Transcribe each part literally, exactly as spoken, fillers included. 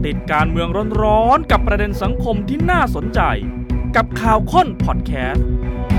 ติดการเมืองร้อนๆกับประเด็นสังคมที่น่าสนใจกับข่าวค้นพอดแคสต์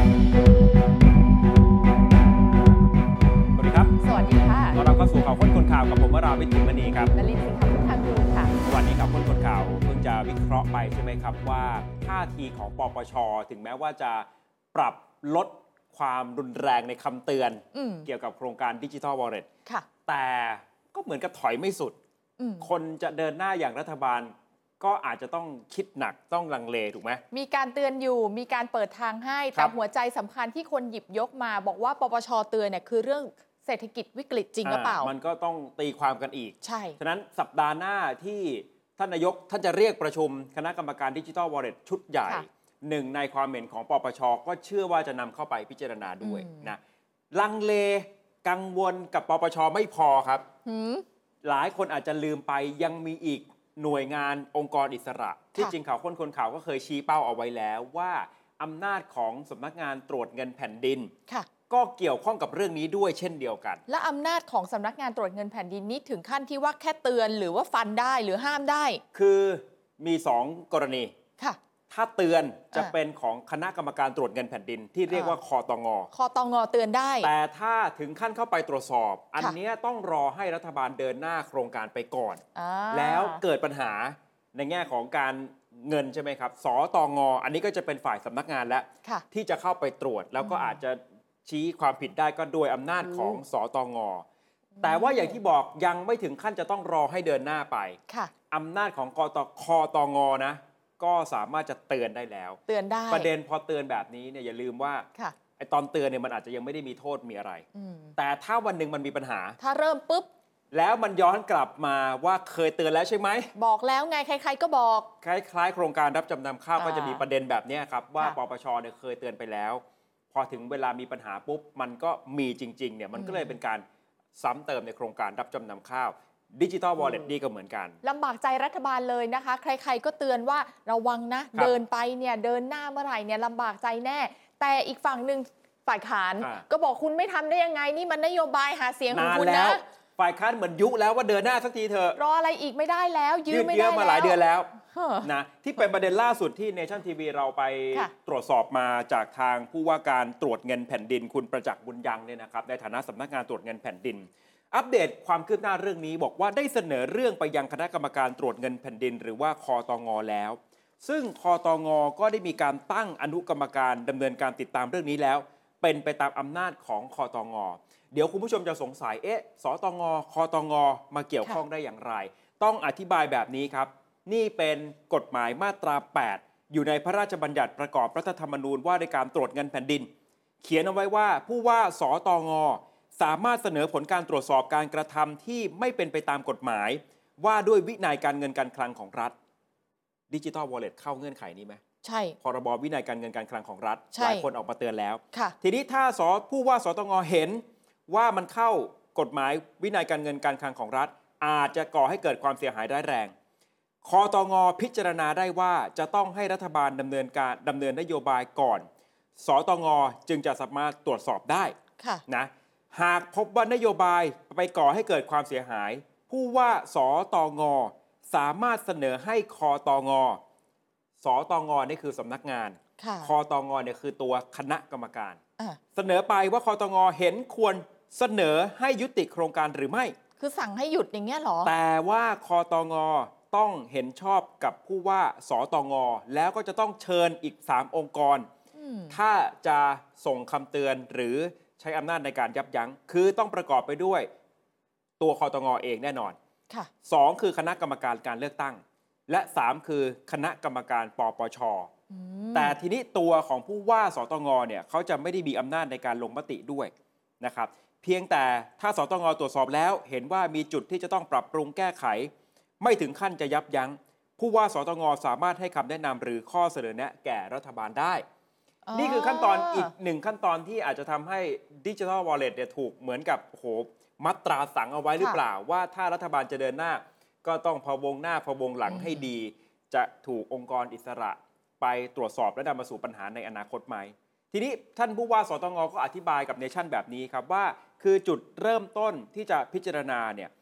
สวัสดีครับสวัสดีค่ะต้อนรับเข้าสู่ข่าวค้นคนข่าวกับผมวราวิทย์ จิตมณีครับนลินทร์ สิงห์พุทธากูลค่ะวันนี้ข่าวค้นคนข่าวเพิ่งจะวิเคราะห์ไปใช่ไหมครับว่าท่าทีของปปช.ถึงแม้ว่าจะปรับลดความรุนแรงในคำเตือนเกี่ยวกับโครงการ Digital Wallet แต่ก็เหมือนกับถอยไม่สุดคนจะเดินหน้าอย่างรัฐบาลก็อาจจะต้องคิดหนักต้องลังเลถูกไหมมีการเตือนอยู่มีการเปิดทางให้แต่หัวใจสำคัญที่คนหยิบยกมาบอกว่าปปช.เตือนเนี่ยคือเรื่องเศรษฐกิจวิกฤตจริงหรือเปล่ามันก็ต้องตีความกันอีกใช่ฉะนั้นสัปดาห์หน้าที่ท่านนายกท่านจะเรียกประชุมคณะกรรมการ Digital Wallet ชุดใหญ่หนึ่งในความเห็นของปปช.ก็เชื่อว่าจะนำเข้าไปพิจารณาด้วยนะลังเลกังวลกับปปช.ไม่พอครับหลายคนอาจจะลืมไปยังมีอีกหน่วยงานองค์กรอิสระที่จริงข่าวค้นคนข่าวก็เคยชี้เป้าเอาไว้แล้วว่าอำนาจของสำนักงานตรวจเงินแผ่นดินก็เกี่ยวข้องกับเรื่องนี้ด้วยเช่นเดียวกันและอำนาจของสำนักงานตรวจเงินแผ่นดินนี้ถึงขั้นที่ว่าแค่เตือนหรือว่าฟันได้หรือห้ามได้คือมีสองกรณีค่ะถ้าเตือนจะเป็นของคณะกรรมการตรวจเงินแผ่นดินที่เรียกว่าคตง. คตง.เตือนได้แต่ถ้าถึงขั้นเข้าไปตรวจสอบอันนี้ต้องรอให้รัฐบาลเดินหน้าโครงการไปก่อนแล้วเกิดปัญหาในแง่ของการเงินใช่ไหมครับสตง.อันนี้ก็จะเป็นฝ่ายสำนักงานแล้วที่จะเข้าไปตรวจแล้วก็อาจจะชี้ความผิดได้ก็โดยอำนาจของสตง.แต่ว่าอย่างที่บอกยังไม่ถึงขั้นจะต้องรอให้เดินหน้าไปอำนาจของกตคตง.นะก็สามารถจะเตือนได้แล้วเตือนได้ประเด็นพอเตือนแบบนี้เนี่ยอย่าลืมว่าไอตอนเตือนเนี่ยมันอาจจะยังไม่ได้มีโทษมีอะไรแต่ถ้าวันหนึ่งมันมีปัญหาถ้าเริ่มปุ๊บแล้วมันย้อนกลับมาว่าเคยเตือนแล้วใช่ไหมบอกแล้วไงใครๆก็บอกคล้ายๆโครงการรับจำนำข้าวก็จะมีประเด็นแบบนี้ครับว่าปปช.เนี่ยเคยเตือนไปแล้วพอถึงเวลามีปัญหาปุ๊บมันก็มีจริงๆเนี่ยมันก็เลยเป็นการซ้ำเติมในโครงการรับจำนำข้าวDigital Wallet นี่ก็เหมือนกันลำบากใจรัฐบาลเลยนะคะใครๆก็เตือนว่าระวังนะเดินไปเนี่ยเดินหน้าเมื่อไหร่เนี่ยลำบากใจแน่แต่อีกฝั่งหนึ่งฝ่ายค้านก็บอกคุณไม่ทำได้ยังไงนี่มันนโยบายหาเสียงของคุณนะฝ่ายค้านเหมือนยุแล้วว่าเดินหน้าสักทีเถอะรออะไรอีกไม่ได้แล้วยืมไม่ได้แล้วยืดเยื้อมาหลายเดือนแล้วนะที่เป็นประเด็นล่าสุดที่ Nation ที วี เราไปตรวจสอบมาจากทางผู้ว่าการตรวจเงินแผ่นดินคุณประจักษ์บุญยังเนี่ยนะครับในฐานะสำนักงานตรวจเงินแผ่นดินอัปเดตความคืบหน้าเรื่องนี้บอกว่าได้เสนอเรื่องไปยังคณะกรรมการตรวจเงินแผ่นดินหรือว่าคตง.แล้วซึ่งคตง.ก็ได้มีการตั้งอนุกรรมการดำเนินการติดตามเรื่องนี้แล้วเป็นไปตามอำนาจของคตง.เดี๋ยวคุณผู้ชมจะสงสัยเอ๊ะสตง.คตง.มาเกี่ยวข้องได้อย่างไรต้องอธิบายแบบนี้ครับนี่เป็นกฎหมายมาตราแปดอยู่ในพระราชบัญญัติประกอบรัฐธรรมนูญว่าด้วยการตรวจเงินแผ่นดินเขียนเอาไว้ว่าผู้ว่าสตง.สามารถเสนอผลการตรวจสอบการกระทำที่ไม่เป็นไปตามกฎหมายว่าด้วยวินัยการเงินการคลังของรัฐ Digital Wallet เข้าเงื่อนไขนี้ไหมใช่พรบวินัยการเงินการคลังของรัฐหลายคนออกมาเตือนแล้วทีนี้ถ้าสผู้ว่าสตง.เห็นว่ามันเข้ากฎหมายวินัยการเงินการคลังของรัฐอาจจะก่อให้เกิดความเสียหายร้ายแรงคตง.พิจารณาได้ว่าจะต้องให้รัฐบาลดำเนินการดำเนินนโยบายก่อนสตง.จึงจะสามารถตรวจสอบได้นะหากพบว่านโยบายไปก่อให้เกิดความเสียหายผู้ว่าสตง.สามารถเสนอให้คตง.สตง.นี่คือสำนักงานคตง.เนี่ยคือตัวคณะกรรมการเสนอไปว่าคตง.เห็นควรเสนอให้ยุติโครงการหรือไม่คือสั่งให้หยุดอย่างเงี้ยหรอแต่ว่าคตง.ต้องเห็นชอบกับผู้ว่าสตง.แล้วก็จะต้องเชิญอีกสามองค์กรถ้าจะส่งคำเตือนหรือใช้อำนาจในการยับยั้งคือต้องประกอบไปด้วยตัวคตง.เองแน่นอนสองคือคณะกรรมการการเลือกตั้งและสามคือคณะกรรมการปปช.แต่ทีนี้ตัวของผู้ว่าสตง.เนี่ยเขาจะไม่ได้มีอำนาจในการลงมติด้วยนะครับเพียงแต่ถ้าสตง.ตรวจสอบแล้วเห็นว่ามีจุดที่จะต้องปรับปรุงแก้ไขไม่ถึงขั้นจะยับยั้งผู้ว่าสตง.สามารถให้คำแนะนำหรือข้อเสนอแนะแก่รัฐบาลได้นี่คือขั้นตอนอีกหนึ่งขั้นตอนที่อาจจะทำให้ Digital Wallet เนี่ยถูกเหมือนกับโหมัดตราสังเอาไว้หรือเปล่าว่าถ้ารัฐบาลจะเดินหน้าก็ต้องพะวงหน้าพะวงหลังให้ดีจะถูกองค์กรอิสระไปตรวจสอบและนำมาสู่ปัญหาในอนาคตไหมทีนี้ท่านผู้ว่าสตง.ก็อธิบายกับเนชั่นแบบนี้ครับว่าคือจุดเริ่มต้นที่จะพิจารณาเนี่ย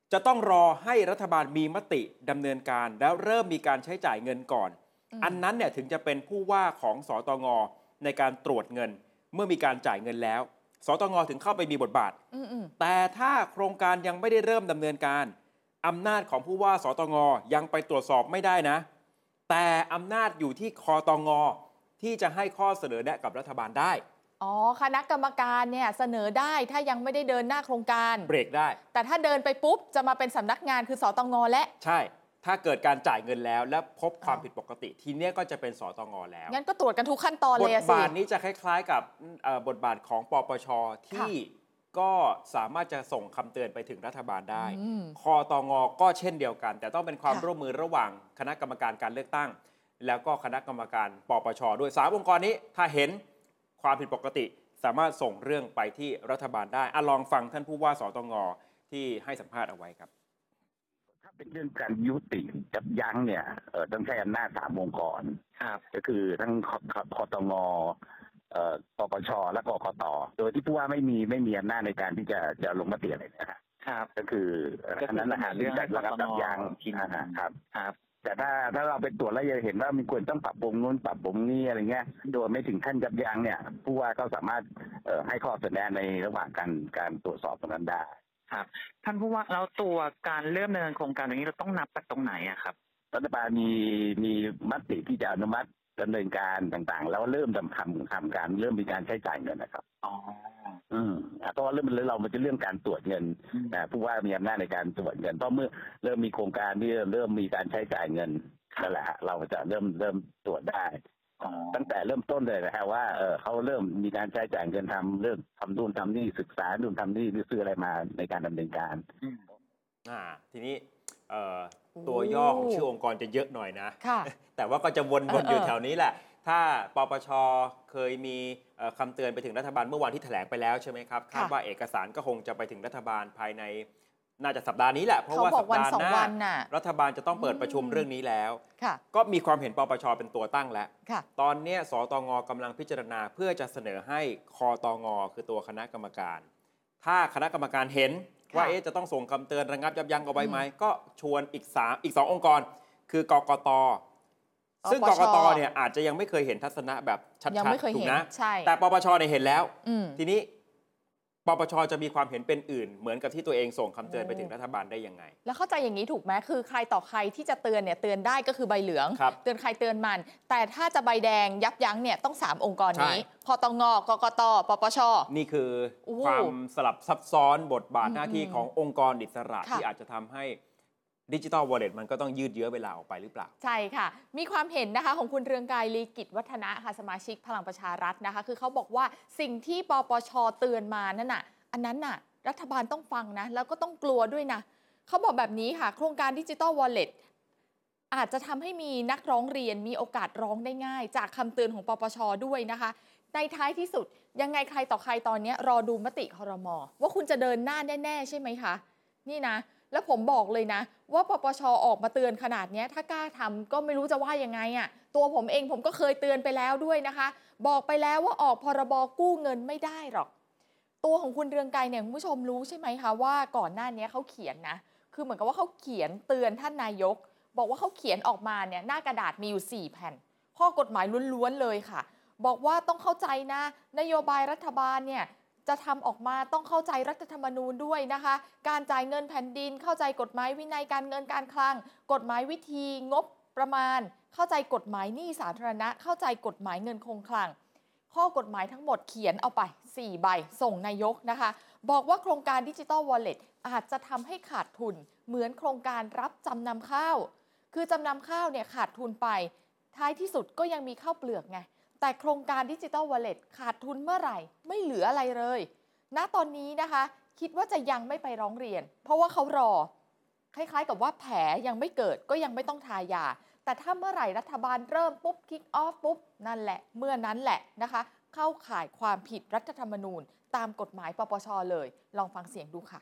จะต้องรอให้รัฐบาลมีมติดำเนินการแล้วเริ่มมีการใช้จ่ายเงินก่อน อันนั้นเนี่ยถึงจะเป็นผู้ว่าของสตง.ในการตรวจเงินเมื่อมีการจ่ายเงินแล้วสตง.ถึงเข้าไปมีบทบาทแต่ถ้าโครงการยังไม่ได้เริ่มดำเนินการอำนาจของผู้ว่าสตง.ยังไปตรวจสอบไม่ได้นะแต่อำนาจอยู่ที่คตง.ที่จะให้ข้อเสนอแนะกับรัฐบาลได้อ๋อคณะกรรมการเนี่ยเสนอได้ถ้ายังไม่ได้เดินหน้าโครงการเบรกได้แต่ถ้าเดินไปปุ๊บจะมาเป็นสำนักงานคือสตง.และใช่ถ้าเกิดการจ่ายเงินแล้วและพบความผิดปกติทีนี้ก็จะเป็นสตง.แล้วงั้นก็ตรวจกันทุกขั้นตอนเลยสิบทบาทนี้จะคล้ายๆกับบทบาทของปปช.ที่ก็สามารถจะส่งคำเตือนไปถึงรัฐบาลได้คตง.ก็เช่นเดียวกันแต่ต้องเป็นความร่วมมือระหว่างคณะกรรมการการเลือกตั้งแล้วก็คณะกรรมการปปช.ด้วยสามองค์กรนี้ถ้าเห็นความผิดปกติสามารถส่งเรื่องไปที่รัฐบาลได้อะลองฟังท่านผู้ว่าสตง.ที่ให้สัมภาษณ์เอาไว้ครับถ้าเป็นเรื่องการยุติจับยั้งเนี่ยเออต้องใช้อำนาจสามองค์กรครับก็คือทั้งคตง.ปปช.และกกต.โดยที่ผู้ว่าไม่มีไม่มีอำนาจในการที่จะจะลงมติอะไรนะครับก็คืออันนั้นอาหารเรื่องระงับจับยั้งครับครับแต่ถ้าถ้าเราไปตรวจแล้วจะเห็นว่ามีควรต้องปรับปรุงนู้นปรับปรุงนี่อะไรเงี้ยโดยไม่ถึงขั้นยับยั้งเนี่ยผู้ว่าก็สามารถให้ข้อเสนอในระหว่างการการตรวจสอบตรงนั้นได้ครับท่านผู้ว่าแล้วตัวการเริ่มดำเนินโครงการตรงนี้เราต้องนับจากตรงไหนอะครับรัฐบาลมีมีมติที่จะอนุมัติดำเนินการต่างๆแล้วเริ่มทำทำทำการเริ่มมีการใช้จ่ายเงินนะครับอ๋ออืมเพราะว่าเริ่มเรามันจะเรื่องการตรวจเงินนะผู้ว่ามีอำนาจในการตรวจเงินเพราะเมื่อเริ่มมีโครงการที่เริ่มมีการใช้จ่ายเงินนั่นแหละเราจะเริ่มเริ่มตรวจได้ตั้งแต่เริ่มต้นเลยนะฮะว่าเออเขาเริ่มมีการใช้จ่ายเงินทำเรื่องทำนู่นทำนี่ศึกษานู่นทำนี่หรือซื้ออะไรมาในการดำเนินการอ่าทีนี้ตัวย่อของชื่อองค์กรจะเยอะหน่อยนะแต่ว่าก็จะวนๆอยู่แถวนี้แหละถ้าปปช.เคยมีคำเตือนไปถึงรัฐบาลเมื่อวานที่แถลงไปแล้วใช่ไหมครับคาดว่าเอกสารก็คงจะไปถึงรัฐบาลภายในน่าจะสัปดาห์นี้แหละเพราะว่าสัปดาห์หน้ารัฐบาลจะต้องเปิดประชุมเรื่องนี้แล้วก็มีความเห็นปปช.เป็นตัวตั้งแล้วตอนนี้สตง.กำลังพิจารณาเพื่อจะเสนอให้คตง.คือตัวคณะกรรมการถ้าคณะกรรมการเห็นว่าเอ๊ะจะต้องส่งคำเตือนระงับยับยั้งเอาไว้ไหมก็ชวนอีกสามอีกสององค์กรคือกกต.ซึ่งกกต.เนี่ยอาจจะยังไม่เคยเห็นทัศนะแบบชัดๆถูกนะแต่ปปช.เนี่ยเห็นแล้วทีนี้ปปช.จะมีความเห็นเป็นอื่นเหมือนกับที่ตัวเองส่งคำเตือนไปถึงรัฐบาลได้ยังไงแล้วเข้าใจอย่างนี้ถูกไหมคือใครต่อใครที่จะเตือนเนี่ยเตือนได้ก็คือใบเหลืองเตือนใครเตือนมันแต่ถ้าจะใบแดงยับยั้งเนี่ยต้องสามองค์กรนี้คตง.กกต.ปปช. นี่คือความสลับซับซ้อนบทบาทหน้าที่ขององค์กรอิสระที่อาจจะทำให้ดิจิทัลวอลเล็ตมันก็ต้องยืดเยื้อเวลาออกไปหรือเปล่าใช่ค่ะมีความเห็นนะคะของคุณเรืองไกร ลีกิจวัฒนะค่ะสมาชิกพลังประชารัฐนะคะคือเขาบอกว่าสิ่งที่ปปช.เตือนมานั่นน่ะอันนั้นน่ะรัฐบาลต้องฟังนะแล้วก็ต้องกลัวด้วยนะเขาบอกแบบนี้ค่ะโครงการดิจิทัลวอลเล็ตอาจจะทำให้มีนักร้องเรียนมีโอกาสร้องได้ง่ายจากคำเตือนของปปช.ด้วยนะคะในท้ายที่สุดยังไงใครต่อใครตอนนี้รอดูมติครม.ว่าคุณจะเดินหน้าแน่ๆใช่ไหมคะนี่นะแล้วผมบอกเลยนะว่าปปช.ออกมาเตือนขนาดนี้ถ้ากล้าทำก็ไม่รู้จะว่ายังไงอ่ะตัวผมเองผมก็เคยเตือนไปแล้วด้วยนะคะบอกไปแล้วว่าออกพรบกู้เงินไม่ได้หรอกตัวของคุณเรืองไกรเนี่ยคุณผู้ชมรู้ใช่ไหมคะว่าก่อนหน้านี้เขาเขียนนะคือเหมือนกับว่าเขาเขียนเตือนท่านนายกบอกว่าเขาเขียนออกมาเนี่ยหน้ากระดาษมีอยู่สี่แผ่นข้อกฎหมายล้วนๆเลยค่ะบอกว่าต้องเข้าใจนะนโยบายรัฐบาลเนี่ยจะทำออกมาต้องเข้าใจรัฐธรรมนูญด้วยนะคะการจ่ายเงินแผ่นดินเข้าใจกฎหมายวินัยการเงินการคลังกฎหมายวิธีงบประมาณเข้าใจกฎหมายหนี้สาธารณะเข้าใจกฎหมายเงินคงคลังข้อกฎหมายทั้งหมดเขียนเอาไปสี่ใบส่งนายกนะคะบอกว่าโครงการดิจิทัลวอลเล็ตอาจจะทำให้ขาดทุนเหมือนโครงการรับจำนำข้าวคือจำนำข้าวเนี่ยขาดทุนไปท้ายที่สุดก็ยังมีข้าวเปลือกไงแต่โครงการดิจิทัลวอลเล็ตขาดทุนเมื่อไหร่ไม่เหลืออะไรเลยณตอนนี้นะคะคิดว่าจะยังไม่ไปร้องเรียนเพราะว่าเขารอคล้ายๆกับว่าแผลยังไม่เกิดก็ยังไม่ต้องทายาแต่ถ้าเมื่อไหร่รัฐบาลเริ่มปุ๊บคิกออฟปุ๊บนั่นแหละเมื่อนั้นแหละนะคะเข้าข่ายความผิดรัฐธรรมนูญตามกฎหมายปปช.เลยลองฟังเสียงดูค่ะ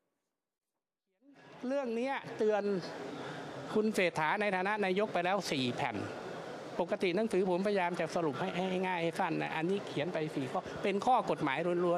เรื่องนี้เตือนคุณเศรษฐาในฐานะนายกไปแล้วสี่แผ่นปกติหนังสือผมพยายามจะสรุปให้ง่ายให้สั้นนะอันนี้เขียนไปสี่ข้อเป็นข้อกฎหมายล้วนๆ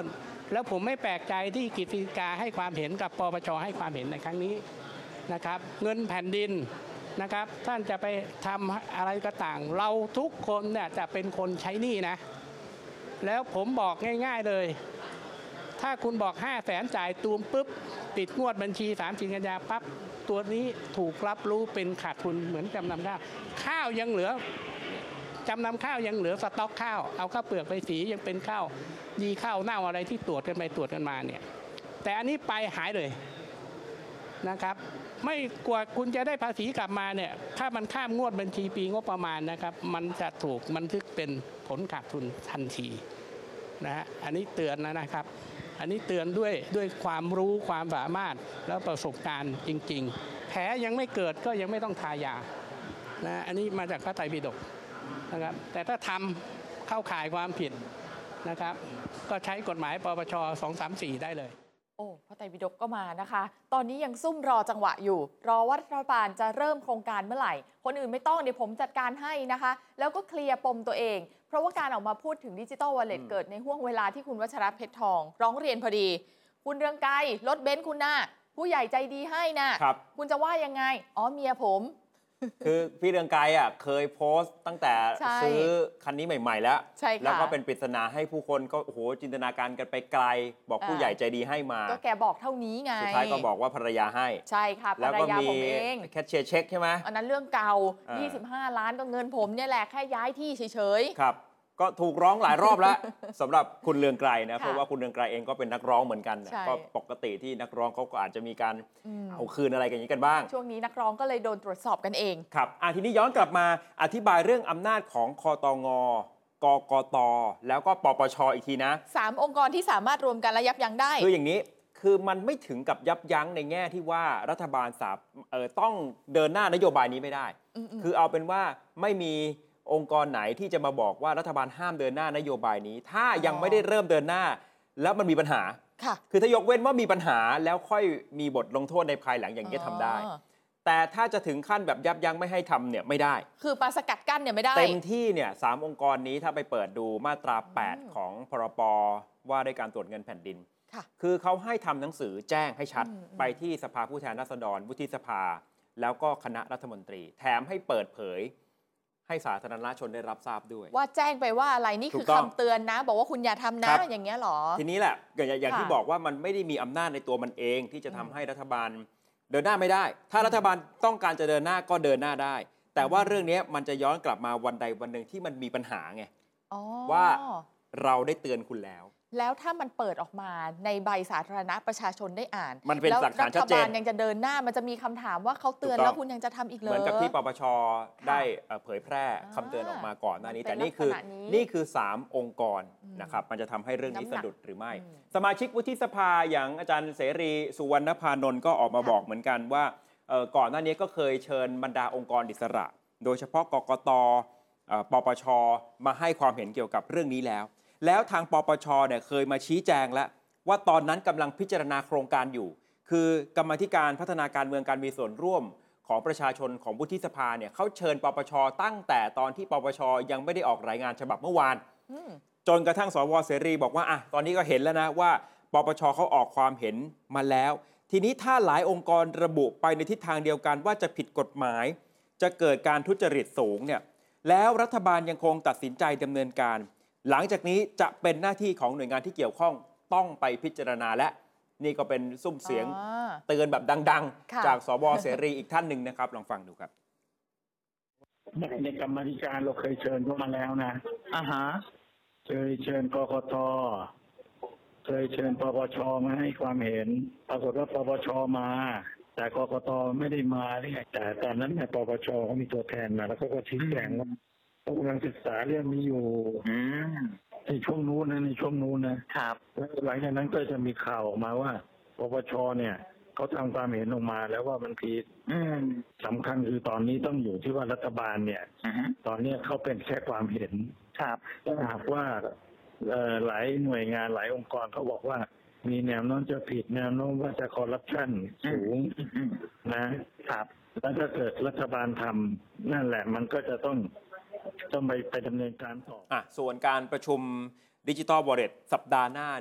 แล้วผมไม่แปลกใจที่กฤษฎีกาให้ความเห็นกับปปชให้ความเห็นในครั้งนี้นะครับเงินแผ่นดินนะครับท่านจะไปทำอะไรก็ต่างเราทุกคนเนี่ยจะเป็นคนใช้หนี้นะแล้วผมบอกง่ายๆเลยถ้าคุณบอกห้าแสนจ่ายตูมปุ๊บปิดงวดบัญชีสามสิงกันยาปั๊บตัวนี้ถูกรับรู้เป็นขาดทุนเหมือนจำนำข้าวข้าวยังเหลือจำนำข้าวยังเหลือสต็อกข้าวเอาข้าวเปลือกไปสียังเป็นข้าวดีข้าวเน่าอะไรที่ตรวจกันไปตรวจกันมาเนี่ยแต่อันนี้ไปหายเลยนะครับไม่กว่าคุณจะได้ภาษีกลับมาเนี่ยถ้ามันข้ามงวดบัญชีปีงบประมาณนะครับมันจะถูกบันทึกเป็นผลขาดทุนทันทีนะฮะอันนี้เตือนแล้วนะครับอันนี้เตือนด้วยด้วยความรู้ความสามารถแล้วประสบการณ์จริงๆแผลยังไม่เกิดก็ยังไม่ต้องทายานะอันนี้มาจากพระไตรปิฎกนะครับแต่ถ้าทำเข้าข่ายความผิดนะครับก็ใช้กฎหมายปปชสองสามสี่ได้เลยโอ้พระไตรปิฎกก็มานะคะตอนนี้ยังซุ่มรอจังหวะอยู่รอว่ารัฐบาลจะเริ่มโครงการเมื่อไหร่คนอื่นไม่ต้องเดี๋ยวผมจัดการให้นะคะแล้วก็เคลียร์ปมตัวเองเพราะว่าการออกมาพูดถึงดิจิทัลวอลเล็ตเกิดในห่วงเวลาที่คุณวัชรเพชรทองร้องเรียนพอดีคุณเรืองไกรรถเบนซ์คุณน่ะผู้ใหญ่ใจดีให้น่ะ คุณจะว่ายังไงอ๋อเมียผมคือพี่เรืองไกรอ่ะเคยโพสต์ตั้งแต่ซื้อคันนี้ใหม่ๆแล้วแล้วก็เป็นปริศนาให้ผู้คนก็โอ้โหจินตนาการกันไปไกลบอกผู้ใหญ่ใจดีให้มาก็แกบอกเท่านี้ไงสุดท้ายก็บอกว่าภรรยาให้ใช่ค่ะภรรยาผมเองแคชเชียร์เช็คใช่ไหมอันนั้นเรื่องเก่ายี่สิบห้าล้านก็เงินผมเนี่ยแหละแค่ย้ายที่เฉยๆครับก็ถูกร้องหลายรอบแล้ว สำหรับคุณเรืองไกรนะเพราะว่าคุณเรืองไกรเองก็เป็นนักร้องเหมือนกันก็ปกติที่นักร้องเขาก็อาจจะมีการเอาคืนอะไรกันอย่างนี้กันบ้างช่วงนี้นักร้องก็เลยโดนตรวจสอบกันเองครับอ่ะทีนี้ย้อนกลับมาอธิบายเรื่องอำนาจของคตง.กกต.แล้วก็ปปช.อีกทีนะสามองค์กรที่สามารถรวมกันและยับยั้งได้คืออย่างนี้คือมันไม่ถึงกับยับยั้งในแง่ที่ว่ารัฐบาลสามเอ่อต้องเดินหน้านโยบายนี้ไม่ได้คือเอาเป็นว่าไม่มีองค์กรไหนที่จะมาบอกว่ารัฐบาลห้ามเดินหน้านโยบายนี้ถ้ายังไม่ได้เริ่มเดินหน้าแล้วมันมีปัญหาคือถ้ายกเว้นว่ามีปัญหาแล้วค่อยมีบทลงโทษในภายหลังอย่างนี้ทำได้แต่ถ้าจะถึงขั้นแบบยับยั้งไม่ให้ทำเนี่ยไม่ได้คือปาสกัดกั้นเนี่ยไม่ได้เต็มที่เนี่ยสามองค์กรนี้ถ้าไปเปิดดูมาตราแปดของพรบว่าด้วยการตรวจเงินแผ่นดินคือเขาให้ทำหนังสือแจ้งให้ชัดไปที่สภาผู้แทนราษฎรวุฒิสภาแล้วก็คณะรัฐมนตรีแถมให้เปิดเผยให้สาธารณชนได้รับทราบด้วยว่าแจ้งไปว่าอะไรนี่คือคำเตือนนะบอกว่าคุณอย่าทำนะอย่างเงี้ยหรอทีนี้แหละอย่างที่บอกว่ามันไม่ได้มีอำนาจในตัวมันเองที่จะทำให้รัฐบาลเดินหน้าไม่ได้ถ้ารัฐบาลต้องการจะเดินหน้าก็เดินหน้าได้แต่ว่าเรื่องนี้มันจะย้อนกลับมาวันใดวันหนึ่งที่มันมีปัญหาไงว่าเราได้เตือนคุณแล้วแล้วถ้ามันเปิดออกมาในใบสาธารณะประชาชนได้อ่านมันเป็นหลักฐานชัดเจนแล้วรัฐบาลยังจะเดินหน้ามันจะมีคำถามว่าเขาเตือนแล้วคุณยังจะทำอีกเลยเหมือนกับที่ปปช.ได้เผยแพร่คำเตือนออกมาก่อนหน้านี้แต่นี่คือนี่คือสามองค์กรนะครับมันจะทำให้เรื่องนี้สะดุดหรือไม่สมาชิกวุฒิสภาอย่างอาจารย์เสรีสุวรรณพานนท์ก็ออกมาบอกเหมือนกันว่าก่อนหน้านี้ก็เคยเชิญบรรดาองค์กรอิสระโดยเฉพาะกกต.ปปช.มาให้ความเห็นเกี่ยวกับเรื่องนี้แล้วแล้วทางปปช.เนี่ยเคยมาชี้แจงแล้วว่าตอนนั้นกำลังพิจารณาโครงการอยู่คือกรรมาธิการพัฒนาการเมืองการมีส่วนร่วมของประชาชนของวุฒิสภาเนี่ยเขาเชิญปปช.ตั้งแต่ตอนที่ปปช.ยังไม่ได้ออกรายงานฉบับเมื่อวานจนกระทั่งสว.เสรีบอกว่าอ่ะตอนนี้ก็เห็นแล้วนะว่าปปช.เขาออกความเห็นมาแล้วทีนี้ถ้าหลายองค์กรระบุไปในทิศทางเดียวกันว่าจะผิดกฎหมายจะเกิดการทุจริตสูงเนี่ยแล้วรัฐบาลยังคงตัดสินใจดำเนินการหลังจากนี้จะเป็นหน้าที่ของหน่วยงานที่เกี่ยวข้องต้องไปพิจารณาและนี่ก็เป็นซุ้มเสียงเตือนแบบดังๆจากสว.เสรีอีกท่านหนึ่งนะครับลองฟังดูครับในกรรมธิการเราเคยเชิญเข้ามาแล้วนะอ่าฮะเคยเชิญกกต.เคยเชิญปปช.มาให้ความเห็นปรากฏว่าปปช.มาแต่กกต.ไม่ได้มาเนี่ยแต่ตอนนั้นเนี่ยปปช.เขามีตัวแทนมาแล้วเขาก็ชี้แจงว่าเขากำลังศึกษาเรื่องนี้อยู่ในช่วงนู้นนะในช่วงนู้นนะครับแล้วหลังจากนั้นก็จะมีข่าวออกมาว่าปปช.เนี่ยเขาทำความเห็นออกมาแล้วว่ามันผิดสำคัญคือตอนนี้ต้องอยู่ที่ว่ารัฐบาลเนี่ยตอนนี้เขาเป็นแค่ความเห็นครับถ้าหากว่าหลายหน่วยงานหลายองค์กรเขาบอกว่ามีแนวโน้มจะผิดแนวโน้มว่าจะคอร์รัปชันสูงนะครับแล้วถ้าเกิดรัฐบาลทำนั่นแหละมันก็จะต้องต้องไปไปดำเนินการต่ออ่ะส่วนการประชุมดิจิทัลวอลเล็ตสัปดาห์หน้าเนี่ย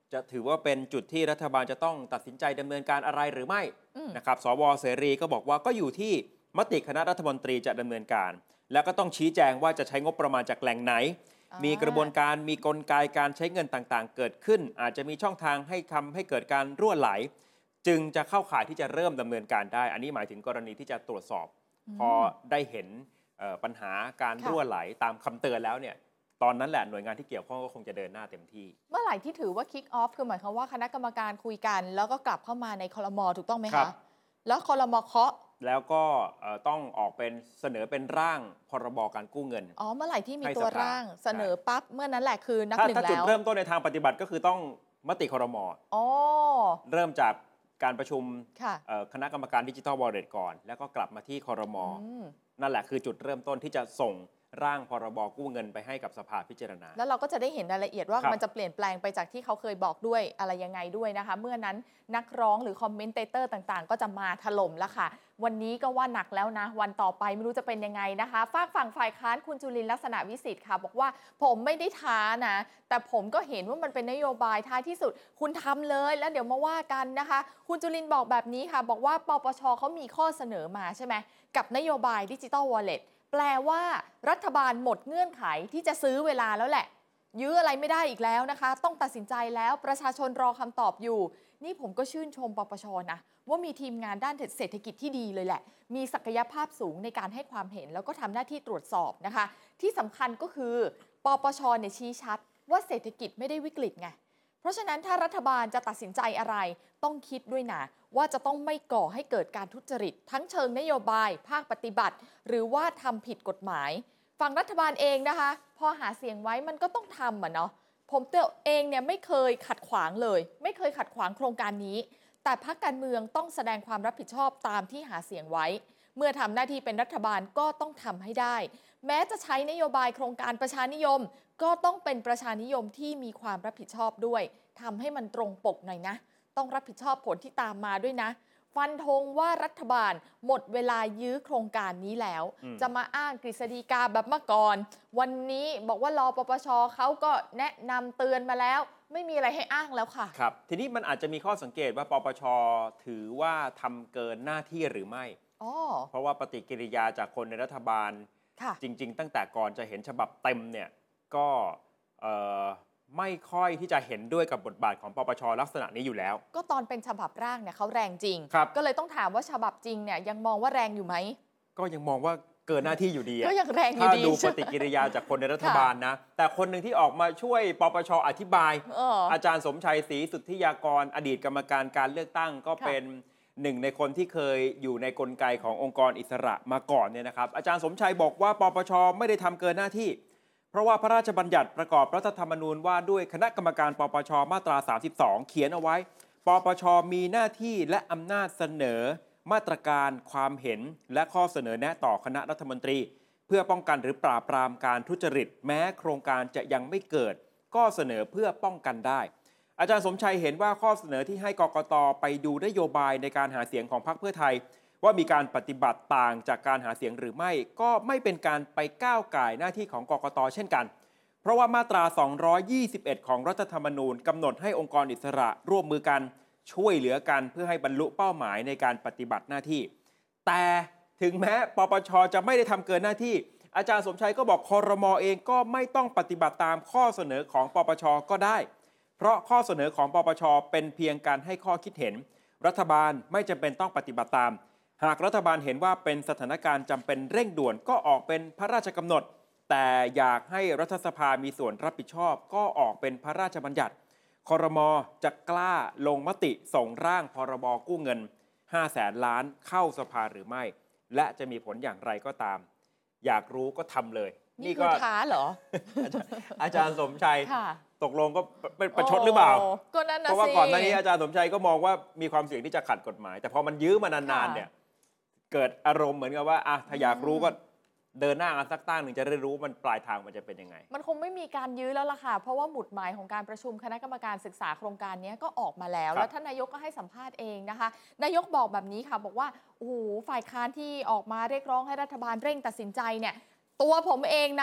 จะถือว่าเป็นจุดที่รัฐบาลจะต้องตัดสินใจดำเนินการอะไรหรือไม่นะครับสวเสรีก็บอกว่าก็อยู่ที่มติคณะรัฐมนตรีจะดำเนินการ แล้วก็ต้องชี้แจงว่าจะใช้งบประมาณจากแหล่งไหน มีกระบวนการมีกลไกการใช้เงินต่างๆ เกิดขึ้น อาจจะมีช่องทางให้ทำให้เกิดการรั่วไหล จึงจะเข้าข่ายที่จะเริ่มดำเนินการได้ อันนี้หมายถึงกรณีที่จะตรวจสอบ พอได้เห็นปัญหาการรั่วไหลตามคำเตือนแล้วเนี่ยตอนนั้นแหละหน่วยงานที่เกี่ยวข้องก็คงจะเดินหน้าเต็มที่เมื่อไหร่ที่ถือว่า kick off คือหมายความว่าคณะกรรมการคุยกันแล้วก็กลับเข้ามาในครม.ถูกต้องไหมคะแล้วครม.เคาะแล้วก็ต้องออกเป็นเสนอเป็นร่างพรบการกู้เงินอ๋อเมื่อไหร่ที่มีตัวร่างเสนอปั๊บเมื่อนั้นแหละคือนับหนึ่งแล้วถ้าจุดเริ่มต้นในทางปฏิบัติก็คือต้องมติครม. อ๋อเริ่มจากการประชุมคณะกรรมการดิจิทัลวอลเล็ตก่อนแล้วก็กลับมาที่ครม.นั่นแหละคือจุดเริ่มต้นที่จะส่งร่างพรบกู้เงินไปให้กับสภาพิจารณาแล้วเราก็จะได้เห็นรายละเอียดว่ามันจะเปลี่ยนแปลงไปจากที่เขาเคยบอกด้วยอะไรยังไงด้วยนะคะเมื่อนั้นนักร้องหรือคอมเมนเตเตอร์ต่างๆก็จะมาถล่มแล้วค่ะวันนี้ก็ว่าหนักแล้วนะวันต่อไปไม่รู้จะเป็นยังไงนะคะฝากฝั่งฝ่ายค้านคุณจุลินทร์ลักษณะวิสิทธิ์ค่ะบอกว่าผมไม่ได้ท้านะแต่ผมก็เห็นว่ามันเป็นนโยบายท้ายที่สุดคุณทำเลยแล้วเดี๋ยวมาว่ากันนะคะคุณจุลินทร์บอกแบบนี้ค่ะบอกว่าปปชเขามีข้อเสนอมาใช่ไหมกับนโยบายดิจิทัลวอลเล็ตแปลว่ารัฐบาลหมดเงื่อนไขที่จะซื้อเวลาแล้วแหละยื้ออะไรไม่ได้อีกแล้วนะคะต้องตัดสินใจแล้วประชาชนรอคำตอบอยู่นี่ผมก็ชื่นชมปปชนะว่ามีทีมงานด้านเศรษฐกิจที่ดีเลยแหละมีศักยภาพสูงในการให้ความเห็นแล้วก็ทำหน้าที่ตรวจสอบนะคะที่สำคัญก็คือปปชเนี่ยชี้ชัดว่าเศรษฐกิจไม่ได้วิกฤตไงเพราะฉะนั้นถ้ารัฐบาลจะตัดสินใจอะไรต้องคิดด้วยนะว่าจะต้องไม่ก่อให้เกิดการทุจริตทั้งเชิงนโยบายภาคปฏิบัติหรือว่าทำผิดกฎหมายฝั่งรัฐบาลเองนะคะพอหาเสียงไว้มันก็ต้องทำอ่ะเนาะผมตัวเองเนี่ยไม่เคยขัดขวางเลยไม่เคยขัดขวางโครงการนี้แต่พรรคการเมืองต้องแสดงความรับผิดชอบตามที่หาเสียงไว้เมื่อทำหน้าที่เป็นรัฐบาลก็ต้องทำให้ได้แม้จะใช้นโยบายโครงการประชานิยมก็ต้องเป็นประชานิยมที่มีความรับผิดชอบด้วยทำให้มันตรงปกหน่อยนะต้องรับผิดชอบผลที่ตามมาด้วยนะฟันธงว่ารัฐบาลหมดเวลายื้อโครงการนี้แล้วจะมาอ้างกฤษฎีกาแบบเมื่อก่อนวันนี้บอกว่ารอปปชเขาก็แนะนำเตือนมาแล้วไม่มีอะไรให้อ้างแล้วค่ะครับทีนี้มันอาจจะมีข้อสังเกตว่าปปชถือว่าทำเกินหน้าที่หรือไม่เพราะว่าปฏิกิริยาจากคนในรัฐบาลจริงๆตั้งแต่ก่อนจะเห็นฉบับเต็มเนี่ยก็ไม่ค่อยที่จะเห็นด้วยกับบทบาทของปปชลักษณะนี้อยู่แล้วก็ตอนเป็นฉบับร่างเนี่ยเขาแรงจริงก็เลยต้องถามว่าฉบับจริงเนี่ยยังมองว่าแรงอยู่ไหมก็ยังมองว่าเกินหน้าที่อยู่ดีก็ยังแรงอยู่ดีถ้าดูปฏิกิริยาจากคนในรัฐบาลนะแต่คนหนึ่งที่ออกมาช่วยปปชอธิบาย อาจารย์สมชัยศรีสุทธิยากรอดีตกรรมการการเลือกตั้งก็เป็นหนึ่งในคนที่เคยอยู่ในกลไกขององค์กรอิสระมาก่อนเนี่ยนะครับอาจารย์สมชัยบอกว่าปปชไม่ได้ทำเกินหน้าที่เพราะว่าพระราชบัญญัติประกอบรัฐธรรมนูญว่าด้วยคณะกรรมการปปชมาตราสามสิบสองเขียนเอาไว้ปปชมีหน้าที่และอำนาจเสนอมาตรการความเห็นและข้อเสนอแนะต่อคณะรัฐมนตรีเพื่อป้องกันหรือปราบปรามการทุจริตแม้โครงการจะยังไม่เกิดก็เสนอเพื่อป้องกันได้อาจารย์สมชัยเห็นว่าข้อเสนอที่ให้กกต.ไปดูนโยบายในการหาเสียงของพรรคเพื่อไทยว่ามีการปฏิบัติต่างจากการหาเสียงหรือไม่ก็ไม่เป็นการไปก้าวก่ายหน้าที่ของกกต.เช่นกันเพราะว่ามาตราสองร้อยยี่สิบเอ็ดของรัฐธรรมนูญกำหนดให้องค์กรอิสระร่วมมือกันช่วยเหลือกันเพื่อให้บรรลุเป้าหมายในการปฏิบัติหน้าที่แต่ถึงแม้ปปชจะไม่ได้ทำเกินหน้าที่อาจารย์สมชัยก็บอกครม.เองก็ไม่ต้องปฏิบัติตามข้อเสนอของปปชก็ได้เพราะข้อเสนอของปปชเป็นเพียงการให้ข้อคิดเห็นรัฐบาลไม่จำเป็นต้องปฏิบัติตามหากรัฐบาลเห็นว่าเป็นสถานการณ์จำเป็นเร่งด่วนก็ออกเป็นพระราชกำหนดแต่อยากให้รัฐสภามีส่วนรับผิดชอบก็ออกเป็นพระราชบัญญัติครม.จะกล้าลงมติส่งร่างพรบกู้เงินห้าแสนล้านเข้าสภาหรือไม่และจะมีผลอย่างไรก็ตามอยากรู้ก็ทำเลยนี่คือท้าเหรออาจารย์สมชัยตกลงก็เป็นประชดหรือเปล่าก็นั่นนะสิเพราะว่าก่อนหน้านี้อาจารย์สมชัยก็มองว่ามีความเสี่ยงที่จะขัดกฎหมายแต่พอมันยื้อมานานๆเนี่ยเกิดอารมณ์เหมือนกับว่าอ่ะถ้าอยากรู้ก็เดินหน้ากันสักตั้งหนึ่งจะได้รู้มันปลายทางมันจะเป็นยังไงมันคงไม่มีการยื้อแล้วล่ะค่ะเพราะว่าหมุดหมายของการประชุมคณะกรรมการศึกษาโครงการนี้ก็ออกมาแล้วแล้วท่านนายกก็ให้สัมภาษณ์เองนะคะนายกบอกแบบนี้ค่ะบอกว่าโอ้โหฝ่ายค้านที่ออกมาเรียกร้องให้รัฐบาลเร่งตัดสินใจเนี่ยตัวผมเองนะ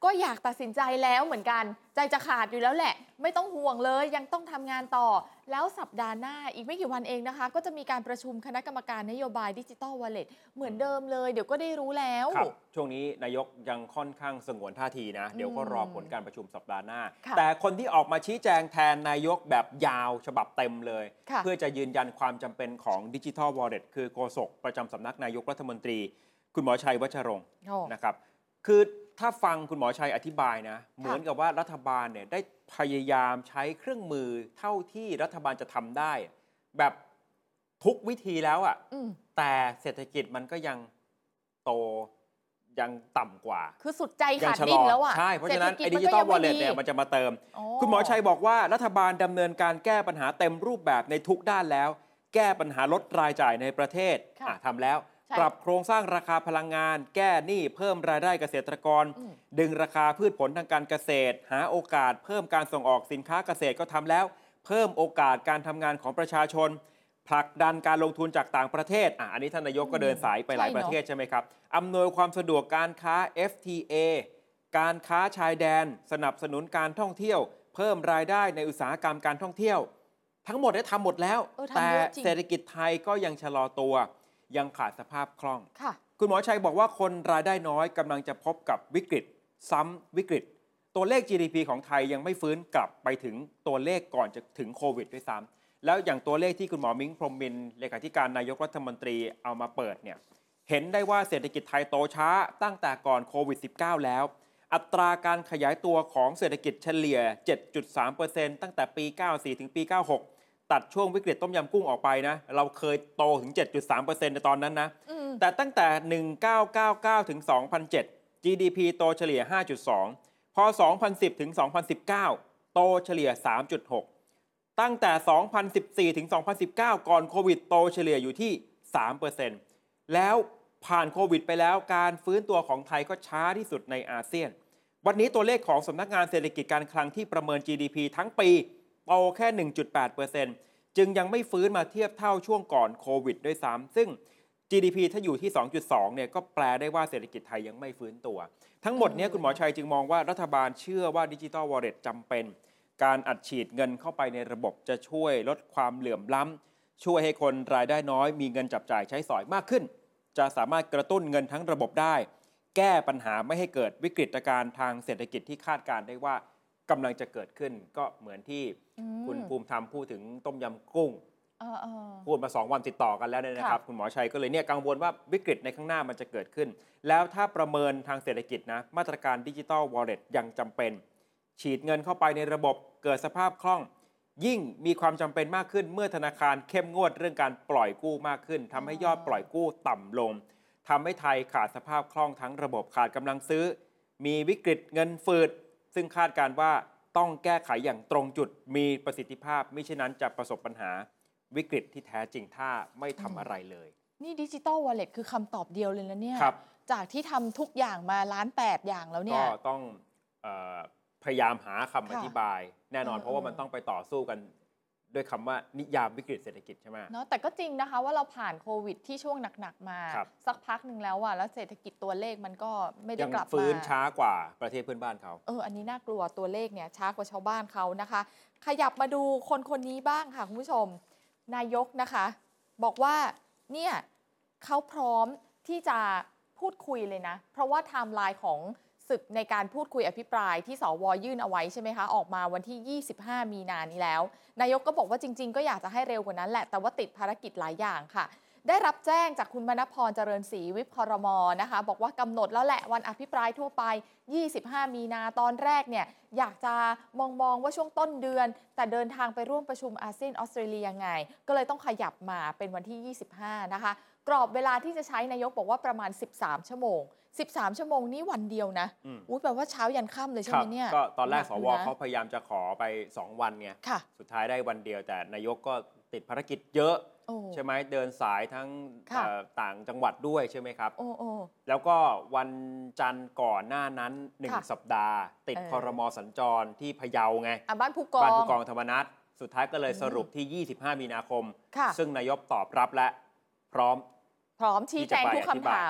ก็อยากตัดสินใจแล้วเหมือนกันใจจะขาดอยู่แล้วแหละไม่ต้องห่วงเลยยังต้องทำงานต่อแล้วสัปดาห์หน้าอีกไม่กี่วันเองนะคะก็จะมีการประชุมคณะกรรมการนโยบายดิจิทัลวอลเล็ตเหมือนเดิมเลยเดี๋ยวก็ได้รู้แล้วครับช่วงนี้นายกยังค่อนข้างสงวนท่าทีนะเดี๋ยวก็รอผลการประชุมสัปดาห์หน้าแต่คนที่ออกมาชี้แจงแทนนายกแบบยาวฉบับเต็มเลยเพื่อจะยืนยันความจำเป็นของดิจิทัลวอลเล็ตคือโฆษกประจำสำนักนายกรัฐมนตรีคุณหมอชัยวัชรงค์นะครับคือถ้าฟังคุณหมอชัยอธิบายนะเหมือนกับว่ารัฐบาลเนี่ยได้พยายามใช้เครื่องมือเท่าที่รัฐบาลจะทำได้แบบทุกวิธีแล้วอะ่ะแต่เศรษฐกิจมันก็ยังโตยังต่ำกว่าคือสุดใจขาดดิ้นแล้วอะ่ะใช่เพราะฉะนั้นไอ้ดิจิตอลวอลเล็ตเนี่ยมันจะมาเติมคุณหมอชัยบอกว่ารัฐบาลดำเนินการแก้ปัญหาเต็มรูปแบบในทุกด้านแล้วแก้ปัญหาลดรายจ่ายในประเทศทำแล้วปรับโครงสร้างราคาพลังงานแก้หนี้เพิ่มรายได้เกษตรกรดึงราคาพืชผลทางการเกษตรหาโอกาสเพิ่มการส่งออกสินค้าเกษตรก็ทำแล้วเพิ่มโอกาสการทำงานของประชาชนผลักดันการลงทุนจากต่างประเทศอ่ะอันนี้ท่านนายกก็เดินสายไปหลายประเทศใช่ไหมครับอำนวยความสะดวกการค้า เอฟ ที เอ การค้าชายแดนสนับสนุนการท่องเที่ยวเพิ่มรายได้ในอุตสาหกรรมการท่องเที่ยวทั้งหมดได้ทำหมดแล้วแต่เศรษฐกิจไทยก็ยังชะลอตัวยังขาดสภาพคล่องคุณหมอชัยบอกว่าคนรายได้น้อยกำลังจะพบกับวิกฤตซ้ำวิกฤตตัวเลข จี ดี พี ของไทยยังไม่ฟื้นกลับไปถึงตัวเลขก่อนจะถึงโควิดด้วยซ้ำแล้วอย่างตัวเลขที่คุณหมอมิ้งพรหมมินทร์เลขาธิการนายกรัฐมนตรีเอามาเปิดเนี่ยเห็นได้ว่าเศรษฐกิจไทยโตช้าตั้งแต่ก่อนโควิด สิบเก้า แล้วอัตราการขยายตัวของเศรษฐกิจเฉลี่ย เจ็ดจุดสามเปอร์เซ็นต์ ตั้งแต่ปี เก้าสิบสี่ ถึงปี เก้าสิบหกตัดช่วงวิกฤตต้มยำกุ้งออกไปนะเราเคยโตถึง เจ็ดจุดสามเปอร์เซ็นต์ ในตอนนั้นนะแต่ตั้งแต่หนึ่งพันเก้าร้อยเก้าสิบเก้า ถึง สองพันเจ็ด จี ดี พี โตเฉลี่ย ห้าจุดสอง พอ สองพันสิบ ถึง สองพันสิบเก้า โตเฉลี่ย สามจุดหก ตั้งแต่ สองพันสิบสี่ ถึง สองพันสิบเก้า ก่อนโควิดโตเฉลี่ยอยู่ที่ สามเปอร์เซ็นต์ แล้วผ่านโควิดไปแล้วการฟื้นตัวของไทยก็ช้าที่สุดในอาเซียนวันนี้ตัวเลขของสำนักงานเศรษฐกิจการคลังที่ประเมิน จี ดี พี ทั้งปีโตแค่ หนึ่งจุดแปดเปอร์เซ็นต์จึงยังไม่ฟื้นมาเทียบเท่าช่วงก่อนโควิดด้วยซ้ำซึ่ง จี ดี พี ถ้าอยู่ที่ สองจุดสอง เนี่ยก็แปลได้ว่าเศรษฐกิจไทยยังไม่ฟื้นตัวทั้งหมดนี้คุณหมอชัยจึงมองว่ารัฐบาลเชื่อว่าดิจิทัลวอลเล็ตจำเป็นการอัดฉีดเงินเข้าไปในระบบจะช่วยลดความเหลื่อมล้ำช่วยให้คนรายได้น้อยมีเงินจับจ่ายใช้สอยมากขึ้นจะสามารถกระตุ้นเงินทั้งระบบได้แก้ปัญหาไม่ให้เกิดวิกฤตการณ์ทางเศรษฐกิจที่คาดการณ์ได้ว่ากำลังจะเกิดขึ้นก็เหมือนที่คุณภูมิธรรมพูดถึงต้มยำกุ้งพูดมาสองวันติดต่อกันแล้วเนี่ยนะครับคุณหมอชัยก็เลยเนี่ยกังวลว่าวิกฤตในข้างหน้ามันจะเกิดขึ้นแล้วถ้าประเมินทางเศรษฐกิจนะมาตรการดิจิทัลวอลเล็ตยังจำเป็นฉีดเงินเข้าไปในระบบเกิดสภาพคล่องยิ่งมีความจำเป็นมากขึ้นเมื่อธนาคารเข้มงวดเรื่องการปล่อยกู้มากขึ้นทำให้ยอดปล่อยกู้ต่ำลงทำให้ไทยขาดสภาพคล่องทั้งระบบขาดกำลังซื้อมีวิกฤตเงินฝืดซึ่งคาดการณ์ว่าต้องแก้ไขอย่างตรงจุดมีประสิทธิภาพมิฉะนั้นจะประสบปัญหาวิกฤตที่แท้จริงถ้าไม่ทำอะไรเลยนี่ดิจิตอลวอลเล็ตคือคำตอบเดียวเลยนะเนี่ยจากที่ทำทุกอย่างมาล้านแปดอย่างแล้วเนี่ยก็ต้องเอ่อพยายามหาคำอธิบายแน่นอนเพราะว่ามันต้องไปต่อสู้กันด้วยคำว่านิยามวิกฤตเศรษฐกิจใช่ไหมเนาะแต่ก็จริงนะคะว่าเราผ่านโควิดที่ช่วงหนักๆมาสักพักหนึ่งแล้วอะแล้วเศรษฐกิจตัวเลขมันก็ไม่ได้กลับมาฟื้นช้ากว่าประเทศเพื่อนบ้านเขาเอออันนี้น่ากลัวตัวเลขเนี่ยช้ากว่าชาวบ้านเขานะคะขยับมาดูคนคนนี้บ้างค่ะคุณผู้ชมนายกนะคะบอกว่าเนี่ยเขาพร้อมที่จะพูดคุยเลยนะเพราะว่าไทม์ไลน์ของศึกในการพูดคุยอภิปรายที่สวยื่นเอาไว้ใช่ไหมคะออกมาวันที่ยี่สิบห้ามีนานี้แล้วนายกก็บอกว่าจริงๆก็อยากจะให้เร็วกว่านั้นแหละแต่ว่าติดภารกิจหลายอย่างค่ะได้รับแจ้งจากคุณมณพรเจริญศรีวิปครม.นะคะบอกว่ากำหนดแล้วแหละวันอภิปรายทั่วไปยี่สิบห้ามีนาตอนแรกเนี่ยอยากจะมองมองว่าช่วงต้นเดือนแต่เดินทางไปร่วมประชุมอาเซียนออสเตรเลียไงก็เลยต้องขยับมาเป็นวันที่ยี่สิบห้านะคะกรอบเวลาที่จะใช้นายกบอกว่าประมาณสิบสามชั่วโมงสิบสามชั่วโมงนี้วันเดียวนะอุ้ยแปลว่าเช้ายันค่ำเลยใช่ไหมเนี่ยก็ตอนแรกสวเขาพยายามจะขอไปสองวันไงสุดท้ายได้วันเดียวแต่นายกก็ติดภารกิจเยอะใช่ไหมเดินสายทั้งต่างจังหวัดด้วยใช่ไหมครับแล้วก็วันจันทร์ก่อนหน้านั้นหนึ่งสัปดาห์ติดครม.สัญจรที่พะเยาไงบ้านผู้กองบ้านผู้กองธรรมนัสสุดท้ายก็เลยสรุปที่ยี่สิบห้ามีนาคมซึ่งนายกตอบรับและพร้อมพร้อมชี้แจงทุกคำถาม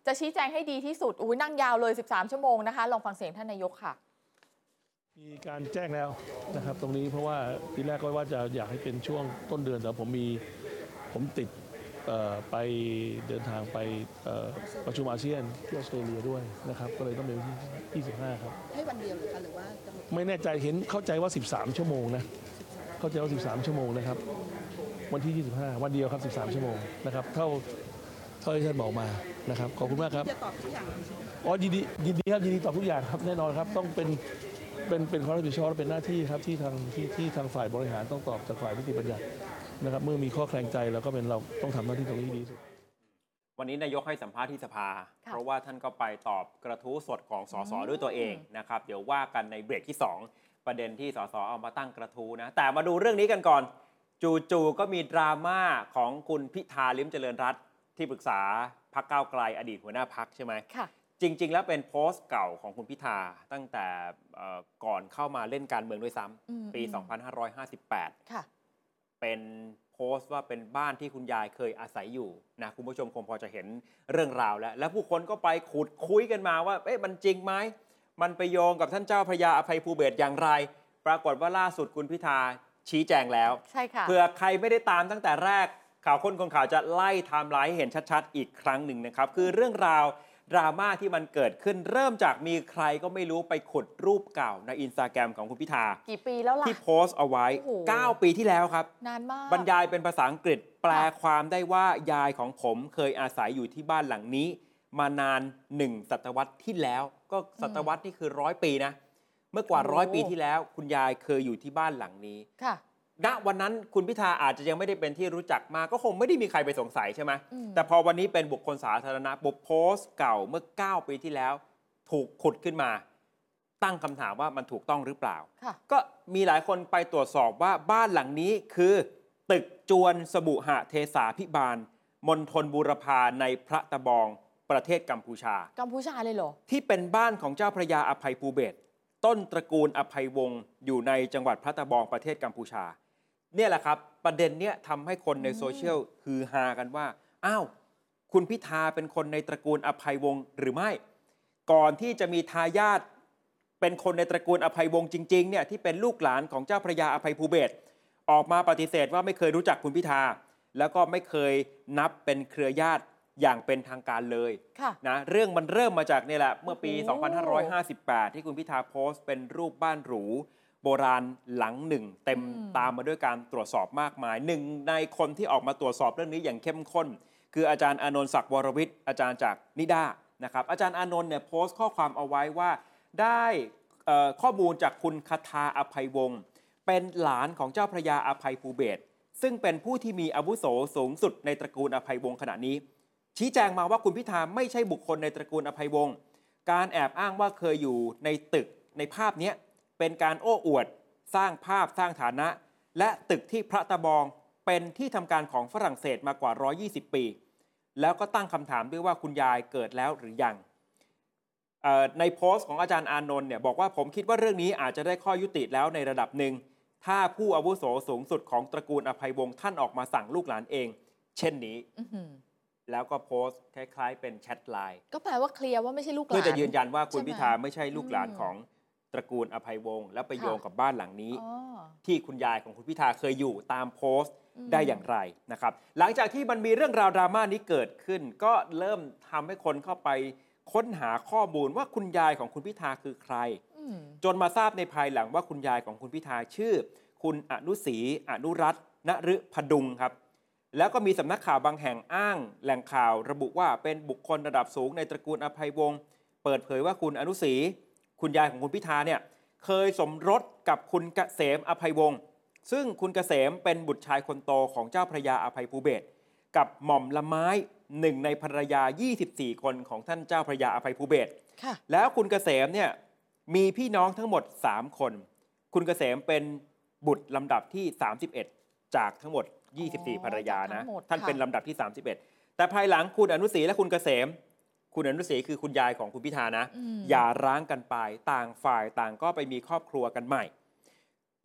จะชี้แจงให้ดีที่สุดอุ้ยนั่งยาวเลยสิบสามชั่วโมงนะคะลองฟังเสียงท่านนายกค่ะมีการแจ้งแล้วนะครับตรงนี้เพราะว่าทีแรกก็ว่าจะอยากให้เป็นช่วงต้นเดือนแต่ผมมีผมติดไปเดินทางไปประชุมอาเซียนที่ออสเตรเลียด้วยนะครับก็เลยต้องเป็นวันที่ยี่สิบห้าครับให้วันเดียวหรือคะหรือว่าไม่แน่ใจเห็นเข้าใจว่าสิบสามชั่วโมงนะเข้าใจว่าสิบสามชั่วโมงนะครับวันที่ยี่สิบห้าวันเดียวครับสิบสามชั่วโมงนะครับเท่าเท่าที่ท่านบอกมานะครับขอบคุณมากครับจะตอบทุกอย่างอ๋อยินดียินดีครับยินดีตอบทุกอย่างครับแน่นอนครับต้องเป็นเป็นเป็นความรับผิดชอบและเป็นหน้าที่ครับที่ทางที่ที่ทางฝ่ายบริหารต้องตอบจากฝ่ายนิติบัญญัตินะครับเมื่อมีข้อแคลงใจแล้วก็เป็นเราต้องทำหน้าที่ตรงนี้ดีที่สุดวันนี้นายกให้สัมภาษณ์ที่สภาเพราะว่าท่านก็ไปตอบกระทู้สดของสสด้วยตัวเองนะครับเดี๋ยวว่ากันในเบรกที่สองประเด็นที่สสเอามาตั้งกระทู้นะแต่มาดูเรื่องนี้กันก่อนจู่ๆก็มีดราม่าของคุณพิธาลิ้มเจริญรัตน์ที่ปรึกษาพรรคก้าวไกลอดีตหัวหน้าพรรคใช่ไหมค่ะจริงๆแล้วเป็นโพสต์เก่าของคุณพิธาตั้งแต่ก่อนเข้ามาเล่นการเมืองด้วยซ้ำปีสองพันห้าร้อยห้าสิบแปดค่ะเป็นโพสต์ว่าเป็นบ้านที่คุณยายเคยอาศัยอยู่นะคุณผู้ชมคงพอจะเห็นเรื่องราวแล้วและผู้คนก็ไปขุดคุยกันมาว่าเอ๊ะมันจริงไหมมันไปโยงกับท่านเจ้าพระยาอภัยภูเบศรอย่างไรปรากฏว่าล่าสุดคุณพิธาชี้แจงแล้วใช่ค่ะเผื่อใครไม่ได้ตามตั้งแต่แรกข่าวค้นคนข่าวจะไล่ไทม์ไลน์ให้เห็นชัดๆอีกครั้งหนึ่งนะครับคือเรื่องราวดราม่าที่มันเกิดขึ้นเริ่มจากมีใครก็ไม่รู้ไปขุดรูปเก่าในอินสตาแกรมของคุณพิธากี่ปีแล้วล่ะที่โพสต์เอาไว้เก้าปีที่แล้วครับนานมากบรรยายเป็นภาษาอังกฤษแปลความได้ว่ายายของผมเคยอาศัยอยู่ที่บ้านหลังนี้มานานหนึ่งศตวรรษที่แล้วก็ศตวรรษนี่คือร้อยปีนะเมื่อกว่าร้อยปีที่แล้วคุณยายเคยอยู่ที่บ้านหลังนี้ค่ะณวันนั้นคุณพิธาอาจจะยังไม่ได้เป็นที่รู้จักมาก็คงไม่ได้มีใครไปสงสัยใช่ไหมแต่พอวันนี้เป็นบุคคลสาธารณะปุ๊บโพสต์เก่าเมื่อเก้าปีที่แล้วถูกขุดขึ้นมาตั้งคำถามว่ามันถูกต้องหรือเปล่าก็มีหลายคนไปตรวจสอบว่าบ้านหลังนี้คือตึกจวนสบุหะเทสาพิบาลมณฑลบูรพาในพระตะบองประเทศกัมพูชากัมพูชาเลยเหรอที่เป็นบ้านของเจ้าพระยาอภัยภูเบศรต้นตระกูลอภัยวงศ์อยู่ในจังหวัดพระตะบองประเทศกัมพูชาเนี่ยแหละครับประเด็นเนี้ยทำให้คนในโซเชียลฮือฮากันว่าอ้าวคุณพิธาเป็นคนในตระกูลอภัยวงศ์หรือไม่ก่อนที่จะมีทายาทเป็นคนในตระกูลอภัยวงศ์จริงๆเนี่ยที่เป็นลูกหลานของเจ้าพระยาอภัยภูเบศรออกมาปฏิเสธว่าไม่เคยรู้จักคุณพิธาแล้วก็ไม่เคยนับเป็นเครือญาติอย่างเป็นทางการเลยนะเรื่องมันเริ่มมาจากนี่แหละเมื่อปีสองพันห้าร้อยห้าสิบแปดที่คุณพิธาโพสต์เป็นรูปบ้านหรูโบราณหลังหนึ่งเต็มตามมาด้วยการตรวจสอบมากมายหนึ่งในคนที่ออกมาตรวจสอบเรื่องนี้อย่างเข้มข้นคืออาจารย์อานนท์ศักดิ์วรวิทย์อาจารย์จากนิด้านะครับอาจารย์อานนท์เนี่ยโพสต์ข้อความเอาไว้ว่าได้ข้อมูลจากคุณคทาอภัยวงศ์เป็นหลานของเจ้าพระยาอภัยภูเบศรซึ่งเป็นผู้ที่มีอาวุโสสูงสุดในตระกูลอภัยวงศ์ขณะนี้ชี้แจงมาว่าคุณพิธาไม่ใช่บุคคลในตระกูลอภัยวงศ์การแอบอ้างว่าเคยอยู่ในตึกในภาพนี้เป็นการโอ้อวดสร้างภาพสร้างฐานะและตึกที่พระตะบองเป็นที่ทำการของฝรั่งเศสมากว่าหนึ่งร้อยยี่สิบปีแล้วก็ตั้งคำถามด้วยว่าคุณยายเกิดแล้วหรือยังในโพสต์ของอาจารย์อานนท์เนี่ยบอกว่าผมคิดว่าเรื่องนี้อาจจะได้ข้อยุติแล้วในระดับหนึ่งถ้าผู้อาวุโสสูงสุดของตระกูลอภัยวงศ์ท่านออกมาสั่งลูกหลานเองเช่นนี้แล้วก็โพสต์คล้ายๆเป็นแชทไลน์ก็แปลว่าเคลียร์ว่าไม่ใช่ลูกหลานเพื่อจะยืนยันว่าคุณพิธาไม่ใช่ลูกหลานของตระกูลอภัยวงศ์แล้วไปโยงกับบ้านหลังนี้ที่คุณยายของคุณพิธาเคยอยู่ตามโพสต์ได้อย่างไรนะครับหลังจากที่มันมีเรื่องราวดราม่านี้เกิดขึ้นก็เริ่มทำให้คนเข้าไปค้นหาข้อมูลว่าคุณยายของคุณพิธาคือใครจนมาทราบในภายหลังว่าคุณยายของคุณพิธาชื่อคุณอนุศรีอนุรัตน์ณฤพดุงครับแล้วก็มีสำนักข่าวบางแห่งอ้างแหล่งข่าวระบุว่าเป็นบุคคลระดับสูงในตระกูลอภัยวงศ์เปิดเผยว่าคุณอนุศรีคุณยายของคุณพิธาเนี่ยเคยสมรสกับคุณเกษมอภัยวงศ์ซึ่งคุณเกษมเป็นบุตรชายคนโตของเจ้าพระยาอภัยภูเบศรกับหม่อมละไม้หนึ่งในภรรยายี่สิบสี่คนของท่านเจ้าพระยาอภัยภูเบศรแล้วคุณเกษมเนี่ยมีพี่น้องทั้งหมดสามคนคุณเกษมเป็นบุตรลำดับที่สามสิบเอ็ดจากทั้งหมดยี่สิบสี่ภรรยานะท่านเป็นลำดับที่สามสิบเอ็ดแต่ภายหลังคุณอนุศรีและคุณเกษมคุณอนุศรีคือคุณยายของคุณพิธานะอย่าร้างกันไปต่างฝ่ายต่างก็ไปมีครอบครัวกันใหม่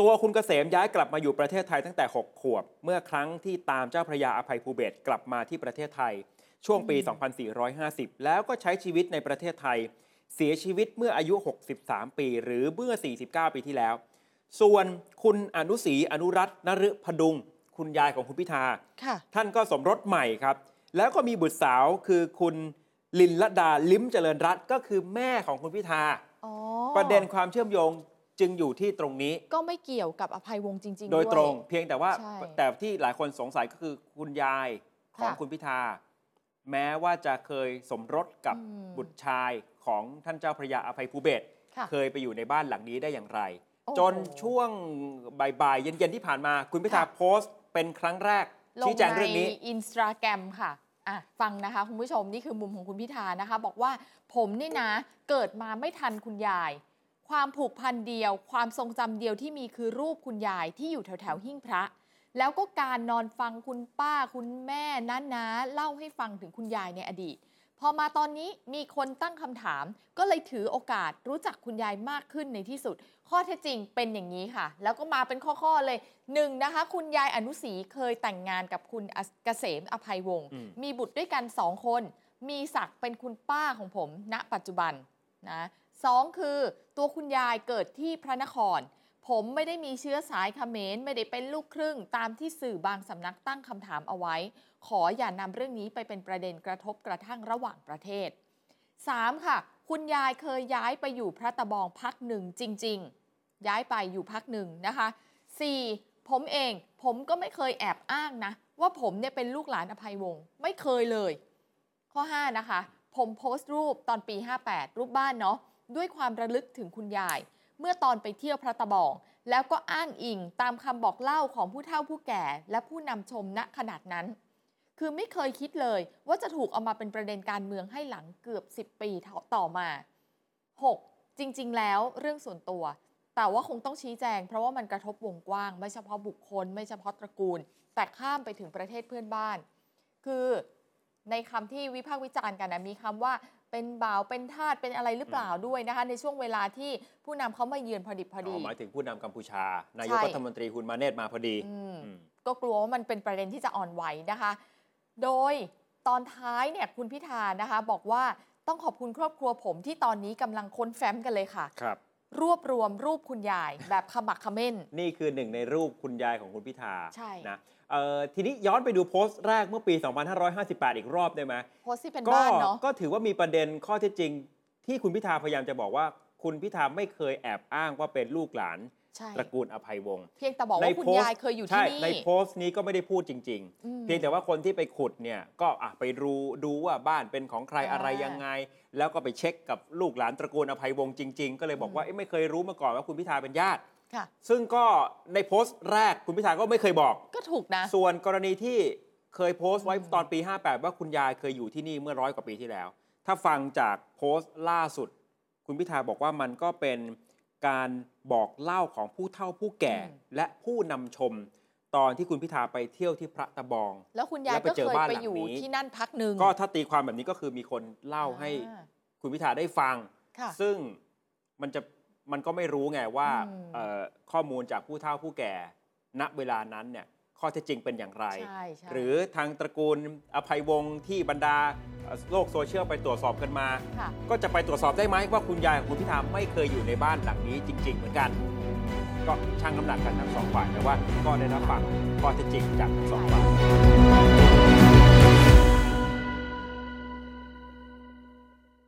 ตัวคุณเกษมย้ายกลับมาอยู่ประเทศไทยตั้งแต่หกขวบเมื่อครั้งที่ตามเจ้าพระยาอภัยภูเบศรกลับมาที่ประเทศไทยช่วงปี สองพันสี่ร้อยห้าสิบ แล้วก็ใช้ชีวิตในประเทศไทยเสียชีวิตเมื่ออายุหกสิบสามปีหรือเมื่อสี่สิบเก้าปีที่แล้วส่วนคุณอนุศรีอนุรัตน์นฤพดุงคุณยายของคุณพิธาท่านก็สมรสใหม่ครับแล้วก็มีบุตรสาวคือคุณลินลดาลิ้มเจริญรัตน์ก็คือแม่ของคุณพิธาประเด็นความเชื่อมโยงจึงอยู่ที่ตรงนี้ก็ไม่เกี่ยวกับอภัยวงศ์จริงๆโดยตรงเพียงแต่ว่าแต่ที่หลายคนสงสัยก็คือคุณยายของคุณพิธาแม้ว่าจะเคยสมรสกับบุตรชายของท่านเจ้าพระยาอภัยภูเบศรเคยไปอยู่ในบ้านหลังนี้ได้อย่างไรจนช่วงบ่ายๆเย็นๆที่ผ่านมาคุณพิธาโพสต์เป็นครั้งแรกชี้แจงเรื่องนี้ลงในอินสตาแกรมค่ะอ่ะฟังนะคะคุณผู้ชมนี่คือมุมของคุณพิธานะคะบอกว่าผมนี่นะเกิดมาไม่ทันคุณยายความผูกพันเดียวความทรงจำเดียวที่มีคือรูปคุณยายที่อยู่แถวๆหิ้งพระแล้วก็การนอนฟังคุณป้าคุณแม่น้าๆเล่าให้ฟังถึงคุณยายในอดีตพอมาตอนนี้มีคนตั้งคำถามก็เลยถือโอกาสรู้จักคุณยายมากขึ้นในที่สุดข้อเท็จจริงเป็นอย่างนี้ค่ะแล้วก็มาเป็นข้อๆเลยหนึ่งนะคะคุณยายอนุศรีเคยแต่งงานกับคุณเกษมอภัยวงศ์มีบุตรด้วยกันสองคนมีศักดิ์เป็นคุณป้าของผมณปัจจุบันนะสองคือตัวคุณยายเกิดที่พระนครผมไม่ได้มีเชื้อสายเขมรไม่ได้เป็นลูกครึ่งตามที่สื่อบางสำนักตั้งคำถามเอาไว้ขออย่านำเรื่องนี้ไปเป็นประเด็นกระทบกระทั่งระหว่างประเทศ สาม ค่ะคุณยายเคยย้ายไปอยู่พระตะบองพักหนึ่งจริงๆย้ายไปอยู่พักหนึ่งนะคะสี่ผมเองผมก็ไม่เคยแอบอ้างนะว่าผมเนี่ยเป็นลูกหลานอภัยวงศ์ไม่เคยเลยข้อห้านะคะผมโพสต์รูปตอนปีห้าแปดรูปบ้านเนาะด้วยความระลึกถึงคุณยายเมื่อตอนไปเที่ยวพระตะบองแล้วก็อ้างอิงตามคำบอกเล่าของผู้เฒ่าผู้แก่และผู้นำชมณขนาดนั้นคือไม่เคยคิดเลยว่าจะถูกเอามาเป็นประเด็นการเมืองให้หลังเกือบสิบปีต่อมา หก จริงๆแล้วเรื่องส่วนตัวแต่ว่าคงต้องชี้แจงเพราะว่ามันกระทบวงกว้างไม่เฉพาะบุคคลไม่เฉพาะตระกูลแต่ข้ามไปถึงประเทศเพื่อนบ้านคือในคำที่วิพากษ์วิจารณ์กันนะมีคำว่าเป็นบ่าวเป็นทาสเป็นอะไรหรือเปล่าด้วยนะคะในช่วงเวลาที่ผู้นำเขามาเยือนพอดิบพอดีหมายถึงผู้นำกัมพูชานายกรัฐมนตรีฮุนมาเนตมาพอดีก็กลัวว่ามันเป็นประเด็นที่จะอ่อนไหวนะคะโดยตอนท้ายเนี่ยคุณพิธานะคะบอกว่าต้องขอบคุณครอบครัวผมที่ตอนนี้กำลังค้นแฟ้มกันเลยค่ะครับรวบรวมรูปคุณยายแบบขมักเขม้นนี่คือหนึ่งในรูปคุณยายของคุณพิธาใช่นะทีนี้ย้อนไปดูโพสต์แรกเมื่อปี สองพันห้าร้อยห้าสิบแปด อีกรอบได้ไหมโพสต์ที่เป็นบ้านเนาะก็ถือว่ามีประเด็นข้อเท็จจริงที่คุณพิธาพยายามจะบอกว่าคุณพิธาไม่เคยแอบอ้างว่าเป็นลูกหลานตระกูลอภัยวงศ์เพียงแต่บอกว่าคุณยายเคยอยู่ที่นี่ในโพสต์นี้ก็ไม่ได้พูดจริงๆเพียงแต่ว่าคนที่ไปขุดเนี่ยก็ไปดูดูว่าบ้านเป็นของใครอะไรยังไงแล้วก็ไปเช็คกับลูกหลานตระกูลอภัยวงศ์จริงๆก็เลยบอกว่าไม่เคยรู้มาก่อนว่าคุณพิธาเป็นญาติซึ่งก็ในโพสต์แรกคุณพิธาก็ไม่เคยบอกก็ถูกนะส่วนกรณีที่เคยโพสต์ไว้ตอนปีห้าแปดว่าคุณยายเคยอยู่ที่นี่เมื่อร้อยกว่าปีที่แล้วถ้าฟังจากโพสต์ล่าสุดคุณพิธาบอกว่ามันก็เป็นการบอกเล่าของผู้เฒ่าผู้แก่และผู้นำชมตอนที่คุณพิธาไปเที่ยวที่พระตะบองแล้วคุณยายก็เคยไปอยู่ที่นั่นพักหนึ่งก็ถ้าตีความแบบนี้ก็คือมีคนเล่าให้คุณพิธาได้ฟังซึ่งมันจะมันก็ไม่รู้ไงว่าข้อมูลจากผู้เฒ่าผู้แก่ณเวลานั้นเนี่ยข้อเท็จจริงเป็นอย่างไรหรือทางตระกูลอภัยวงศ์ที่บรรดาโลกโซเชียลไปตรวจสอบกันมาก็จะไปตรวจสอบได้ไหมว่าคุณยายของคุณพิธาไม่เคยอยู่ในบ้านหลังนี้จริงๆเหมือนกันก็ชั่งน้ำหนักกันทั้งสองฝ่ายแต่ว่าก็ได้รับฟังข้อเท็จจริงจากทั้งสองฝ่าย